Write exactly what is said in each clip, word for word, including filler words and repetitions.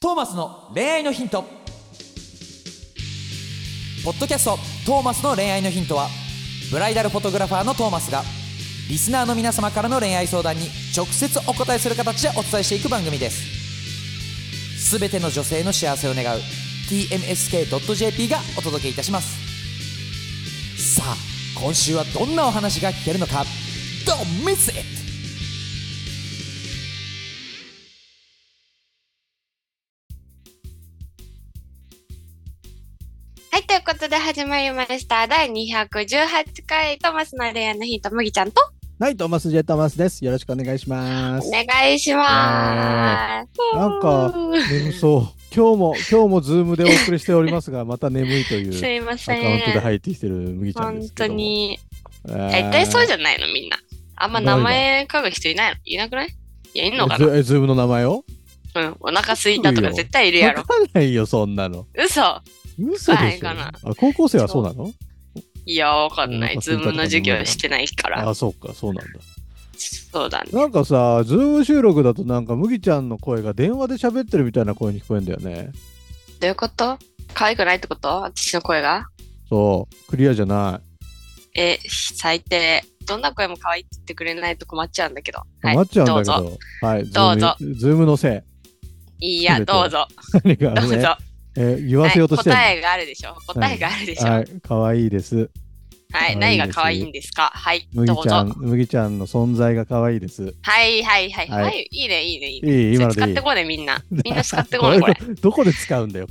トーマスの恋愛のヒント。ポッドキャストトーマスの恋愛のヒントは、ブライダルフォトグラファーのトーマスがリスナーの皆様からの恋愛相談に直接お答えする形でお伝えしていく番組です。すべての女性の幸せを願う ティーエムエスケードットジェーピー がお届けいたします。さあ今週はどんなお話が聞けるのか、 Don't miss it。 はい、ということで始まりましただいにひゃくじゅうはちかいトーマスの恋愛のヒント、麦ちゃんとはい、トーマスジェトーマスです。よろしくお願いします。 お願いします、 えー、なんか眠そう。今日も今日もズームでお送りしておりますが、また眠いというすいません、 アカウントで入ってきてる麦ちゃんですけども。 本当に、 えー、 大体そうじゃないのみんな。あんま名前書く人いないの？いなくない？いや、いんのかな？ え、ズームの名前を？ うん、お腹すいたとか絶対いるやろ。 わかんないよ、そんなの。 嘘嘘でしょ。あ、高校生はそうなの？ いや、わかんない。ズームの授業してないから。 あ、そうか、そうなんだ。 そうだね。 なんかさ、ズーム収録だとなんか麦ちゃんの声が電話で喋ってるみたいな声に聞こえるんだよね。 どういうこと？可愛くないってこと？私の声が？ そう、クリアじゃない。 え、最低。どんな声も可愛いって言ってくれないと困っちゃうんだけど。 困っちゃうんだけど。 はい、どうぞ。 はい、 どうぞ。 ズームのせい。いや、どうぞ。 何がね、 どうぞ。 えー、言わせようとしてる、 はい、答えがあるでしょ。答えがあるでしょ。 はい、可愛いです。 はい、何が可愛いんですか？はい、 麦ちゃん、 どうぞ。 麦ちゃんの存在が可愛いです。 はいはいはい、はい、はい、いいねいいねいいね。 いい、今のでいい。 使ってこうね、みんな。みんな使ってこうね、これ。 どこで使うんだよ。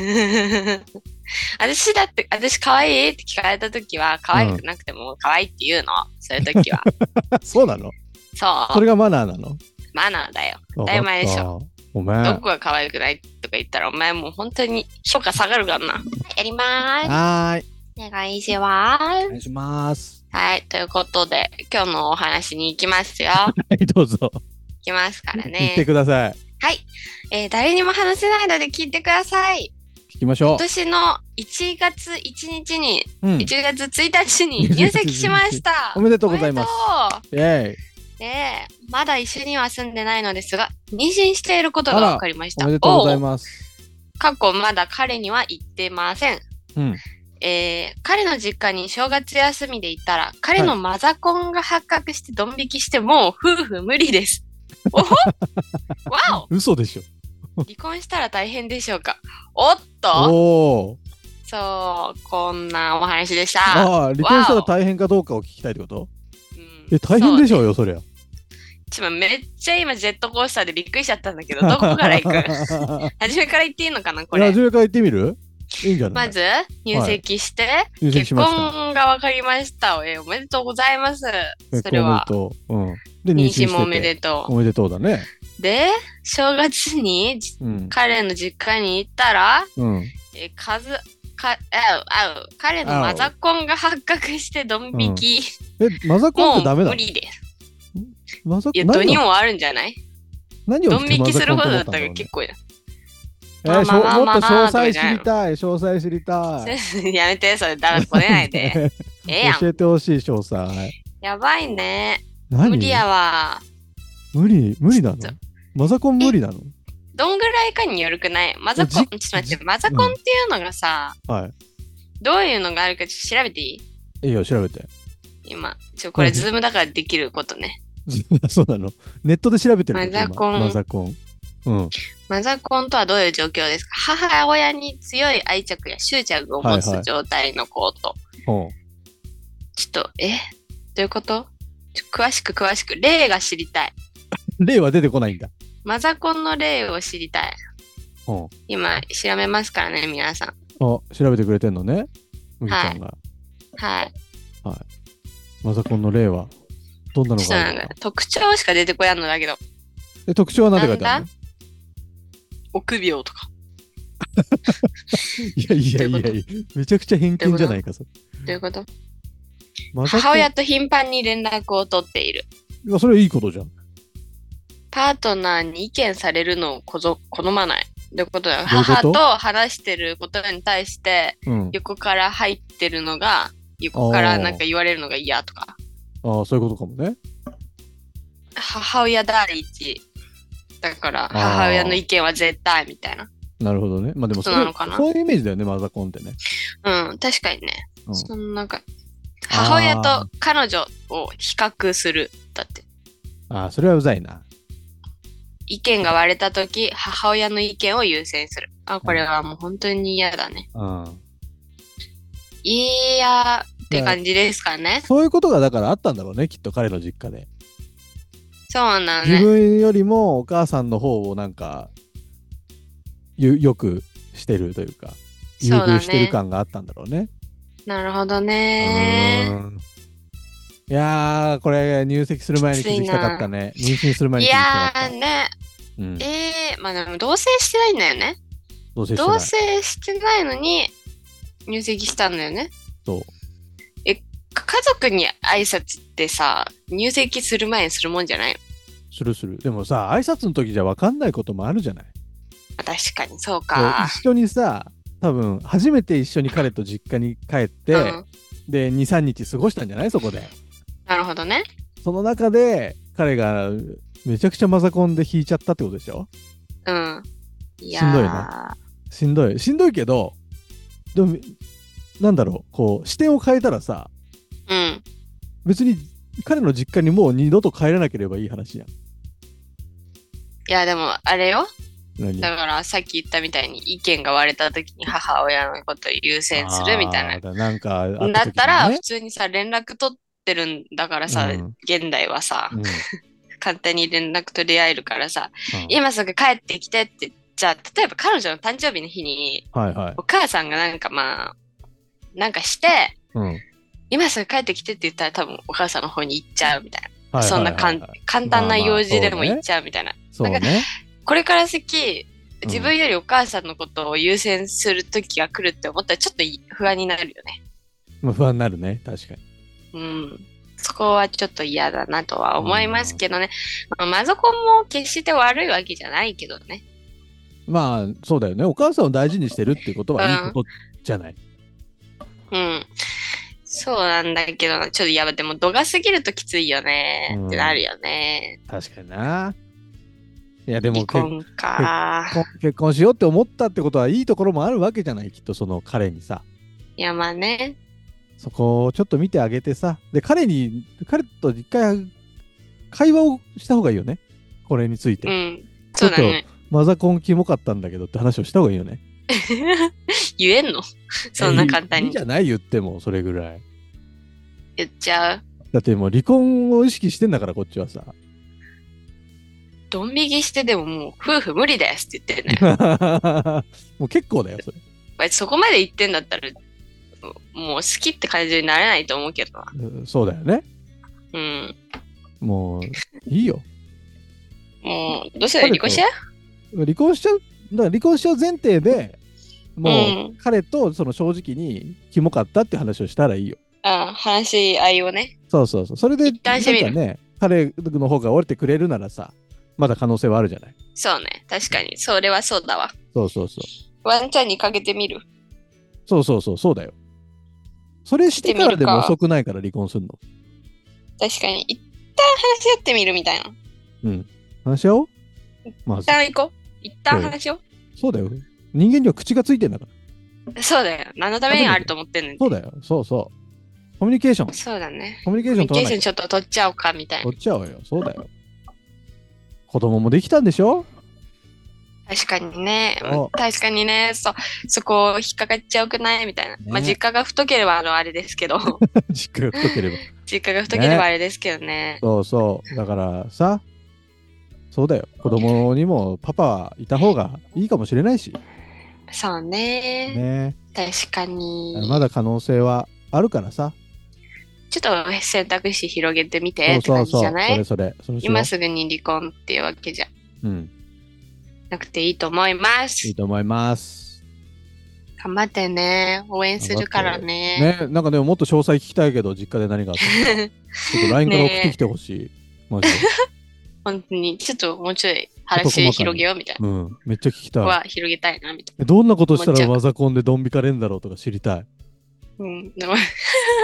私だって、私可愛いって聞かれたときは、可愛くなくても可愛いって言うの。うん、そういうときは。 そうなの？ そう。 それがマナーなの？ マナーだよ。当たり前でしょ。 お前。 どこが可愛くないとか言ったら、お前もう本当に評価下がるからな。やりまーす。 はーい。 お願いします。 お願いします。 はい、ということで、今日のお話に行きますよ。 はい、どうぞ。 行きますからね。 言ってください。 はい、えー、誰にも話せないので聞いてください。 聞きましょう。 今年のいちがついちにちに、うん、いちがつついたちに入籍しました。 おめでとうございます。イェイ。 で、まだ一緒には住んでないのですが、妊娠していることが分かりました。 おめでとうございます。 過去まだ彼には行ってません。 うん。 えー、彼の実家に正月休みで行ったら、彼のマザコンが発覚してドン引きして、もう夫婦無理です。おほわお嘘でしょ。 離婚したら大変でしょうか。おっとおそう、こんなお話でした。 ああ、離婚したら大変かどうかを聞きたいってこと？うん、え、大変でしょうよ、そりゃ。 ちょめっちゃ今ジェットコースターでびっくりしちゃったんだけど、どこから行く？初めから行っていいのかなこれ。 初めから行ってみる？いいんじゃない？ まず入籍して、はい、 結婚が分かりました。えおめでとうございます。それは。 うん、で妊娠もおめでとう。 おめでとうだね。 で、正月に、うん、彼の実家に行ったら、うん、え数かあうあう彼のマザコンが発覚してドン引き。 うん、え、マザコンってダメなの？ もう無理です。 マザコンいや、どにもあるんじゃない？ 何をドン引きするほどだったら結構や。 えー、まあまあまあもっと詳細知りたい、詳細知りたい。やめて、それだらこねないで。ええやん。 教えてほしい、詳細。 やばいね。無理やわ。 無理、無理なの？マザコン無理なの？ どんぐらいかによるくない？マザコン、ちょっと待って、マザコンっていうのがさ、うん、はい。どういうのがあるかちょっと調べていい？ いいよ、調べて。 今、ちょ、これズームだからできることね。 そうなの？ネットで調べてるの？ マザコン。 マザコン。うん、 マザコンとはどういう状況ですか？母親に強い愛着や執着を持つ状態のこと。はいはい、ちょっと、えどういうこと？ちょ詳しく詳しく。例が知りたい。 例は出てこないんだ。 マザコンの例を知りたい。今、調べますからね、皆さん。 あ、調べてくれてんのね。麦ちゃんが。 はい。 はい。マザコンの例はどんなのがあるのか。 特徴しか出てこやんのだけど。 え、特徴は何て書いてあるの？ 臆病とか。 いやいやいやいや、めちゃくちゃ偏見じゃないか、それ。 どういうこと？母親と頻繁に連絡を取っている。 いや、それはいいことじゃん。 パートナーに意見されるのをこぞ好まない。どういうことだよ。母と話してることに対して、うん、横から入ってるのが、横からなんか言われるのが嫌とか。 ああ、そういうことかもね。 母親第一。 だから母親の意見は絶対みたいな。 なるほどね。まあでもそそうなのかな。 そういうイメージだよね、マザコンってね。 うん、確かにね。 うん、 そのなんか母親と彼女を比較するだって。 ああ、それはうざいな。 意見が割れたとき、母親の意見を優先する。あ、これはもう本当に嫌だね。 うん。 いやーって感じですかね。 そういうことがだからあったんだろうね、きっと彼の実家で。 そうなのね。 自分よりもお母さんの方をなんか、よ, よくしてるというか、優遇してる感があったんだろうね。 なるほどねー。 いやー、これ入籍する前に気づきたかったね。妊娠する前に気づきたかった。 いやーね、うん、えー、まあでも同棲してないんだよね。 同棲してない。 同棲してないのに入籍したんだよね。 そう。 え、家族に挨拶ってさ、入籍する前にするもんじゃないの？ するする。でもさ、挨拶の時じゃ分かんないこともあるじゃない。 確かにそうか。 一緒にさ、多分初めて一緒に彼と実家に帰って、うん、でに、さんにち過ごしたんじゃないそこで。 なるほどね。 その中で彼がめちゃくちゃマザコンで引いちゃったってことでしょ。 うん。いやしんどいな。しんどい。しんどいけど、でもなんだろう、こう視点を変えたらさ、 うん。 別に彼の実家にもう二度と帰らなければいい話やん。いやでもあれよ。 何？ だからさっき言ったみたいに意見が割れた時に母親のことを優先するみたいな。 だなんかだったら普通にさ連絡取ってるんだからさ、うん、現代はさ、うん、簡単に連絡取り合えるからさ、うん、今すぐ帰ってきてって、じゃあ例えば彼女の誕生日の日に、 はいはい、 お母さんがなんかまあなんかして、うん、今すぐ帰ってきてって言ったら多分お母さんの方に行っちゃうみたいな、はいはいはいはい、そんなかん簡単な用事でも行っちゃうみたいな、まあまあそうね、なんかこれから先自分よりお母さんのことを優先する時が来るって思ったらちょっと不安になるよね。 まあ、不安になるね、確かに。 うん、そこはちょっと嫌だなとは思いますけどね。まあ、マゾコンも決して悪いわけじゃないけどね。 まあそうだよね。お母さんを大事にしてるってことはいいことじゃない。 うん、うん、そうなんだけど、ちょっとやば、でも度が過ぎるときついよね、うん、ってなるよね。 確かにな。いやでも離婚か結婚、結婚しようって思ったってことはいいところもあるわけじゃない、きっとその彼にさ。 いやまあね。 そこをちょっと見てあげてさ。で彼に彼と一回会話をした方がいいよね。これについて。 うん。そうだね。 マザコンキモかったんだけどって話をした方がいいよね。 言えんの？そんな簡単に。 いいじゃない言ってもそれぐらい。 言っちゃう。 だってもう離婚を意識してんだからこっちはさ。 ドン引きしてでももう夫婦無理ですって言ってんのよ。 もう結構だよそれ。 そこまで言ってんだったらもう好きって感じになれないと思うけどな。 うん、そうだよね。 うん。 もういいよ。 もうどうしたら離婚しちゃう？離婚しちゃう。だから離婚しちゃう前提でもう、うん、彼とその正直にキモかったって話をしたらいいよ。 ああ、話し合いをね。 そうそうそう。それで一旦してみる。 なんかね、彼の方が折れてくれるならさ。まだ可能性はあるじゃない。 そうね。確かに。それはそうだわ。 そうそうそう。 ワンちゃんにかけてみる。 そうそうそう。そうだよ。それしてからでも遅くないから離婚するの。 確かに。一旦話し合ってみるみたいな。 うん。話し合おう。 まず。一旦行こう。一旦話し合おう。 そうだよ。人間には口がついてんだから。そうだよ。何のためにあると思ってんのに。 そうだよ。そうそう。コミュニケーション。 そうだね。 コミュニケーション取らない。 コミュニケーションちょっと取っちゃおうかみたいな。 取っちゃおうよ。そうだよ。子供もできたんでしょ？ 確かにね。確かにね。そ、そこ引っかかっちゃうくないみたいな。ね、まあ実家が太ければあのあれですけど。 実家が太ければ。 実家が太ければあれですけどね。ねそうそう。だからさ、そうだよ。子供にもパパはいた方がいいかもしれないし。 そうね。 ね。 確かに。 まだ可能性はあるからさ。 ちょっと選択肢広げてみてって感じじゃない？ そうそうそう。それそれ。 今すぐに離婚っていうわけじゃ。 うん。 なくていいと思います。 いいと思います。 頑張ってね。応援するからね。 ね、なんかでももっと詳細聞きたいけど、実家で何があったのか。ちょっと ライン から送ってきてほしい。マジで。 本当に、ちょっともうちょい話広げようみたいな。 うん、めっちゃ聞きたい。 は広げたいなみたいな。 どんなことしたらマザコンでドン引かれんだろうとか知りたい。 うん、でも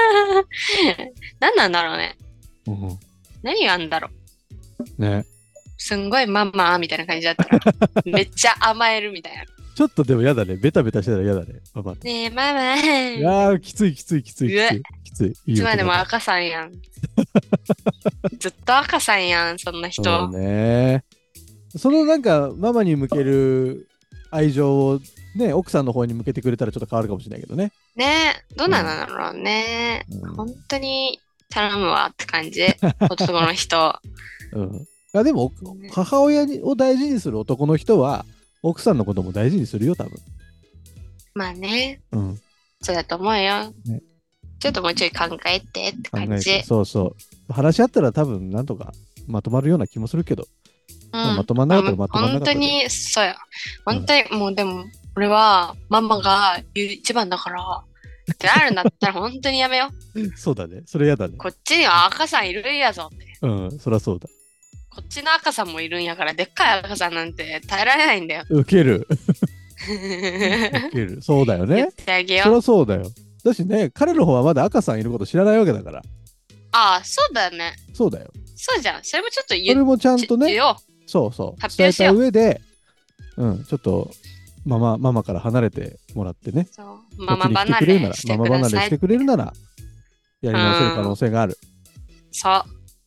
何なんだろうね。 うん、 何があんだろう。ね。 すんごいママみたいな感じだったらめっちゃ甘えるみたいな。 ちょっとでも嫌だね。ベタベタしてたら嫌だね。ママ。 ねえママ。 いやー、きついきついきついきつい。きつい。 いつまでも赤さんやん。ずっと赤さんやん、そんな人。 そうね。そのなんか、ママに向ける愛情をね、奥さんの方に向けてくれたらちょっと変わるかもしれないけどね。 ねえ、どうなんだろうね。うん、本当に頼むわって感じ。男の人。 うん。あでも、母親を大事にする男の人は、奥さんのことも大事にするよ、多分。 まあね。 うん。 そうだと思うよ。ね、ちょっともうちょい考えてって感じ。 そうそう。話し合ったら多分なんとかまとまるような気もするけど。うん、まあ、まとまんなかったらまとまんなかった。 本当に、そうや。本当に、うん、もうでも、俺はママが一番だから、ってなるんだったら本当にやめよう。そうだね。それやだね。 こっちには赤さんいるんやぞって。 うん、そりゃそうだ。 こっちの赤さんもいるんやから、でっかい赤さんなんて耐えられないんだよ。 ウケる。ウケる。そうだよね。 言ってあげよう。 そりゃそうだよ。だしね、彼の方はまだ赤さんいること知らないわけだから。 ああ、そうだよね。 そうだよ。 そうじゃん。それもちょっと言う。 それもちゃんとね。そうそう。伝えた上で、うん、ちょっとママママから離れてもらってね。 そう。ママ離れしてください。 ママ離れしてくれるなら、やり直せる可能性がある。 そう、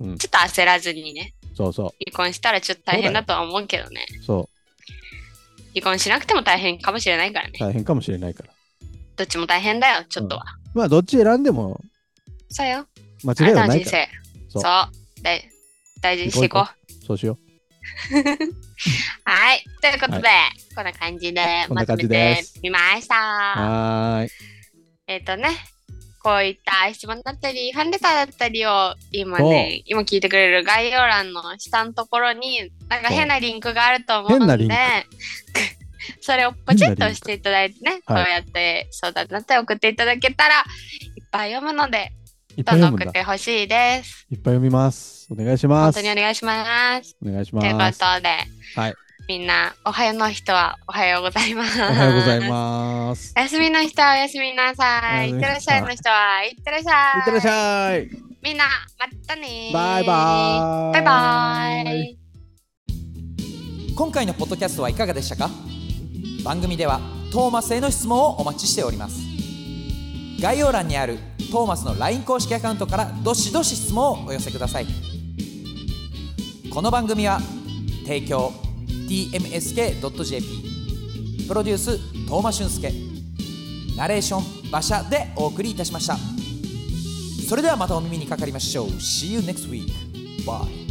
うん。ちょっと焦らずにね。 そうそう。 離婚したらちょっと大変だとは思うけどね。 そう。 離婚しなくても大変かもしれないからね。 大変かもしれないから。 どっちも大変だよ、ちょっとは。 うん、まあ、どっち選んでも。 そうよ。 間違いはないから。 そう。そう大, 大事にしていこう。 そうしよう。 はい。ということで、はい、こんな感じでまとめてみました。 はい。 えっとね、こういった質問だったり、ファンレターだったりを今ね、今聞いてくれる概要欄の下のところに、なんか変なリンクがあると思うので、それをポチッと押していただいてね、こうやって相談だったり送っていただけたら、いっぱい読むので、どんどん送ってほしいです。 いっぱい読みます。お願いします。 本当にお願いします。 お願いします。 ということで、 はい、 みんな、おはようの人はおはようございます。おはようございます。 おやすみの人はおやすみなさい。いってらっしゃいの人はいってらっしゃい。 いってらっしゃい。 みんな、またね。 バイバイ。バイバイ。 今回のポッドキャストはいかがでしたか？番組ではトーマスへの質問をお待ちしております。概要欄にあるトーマスの ライン 公式アカウントからどしどし質問をお寄せください。この番組は提供 ティーエムエスケードットジェーピー プロデューストーマ俊介、ナレーション馬車でお送りいたしました。それではまたお耳にかかりましょう。 See you next week. Bye.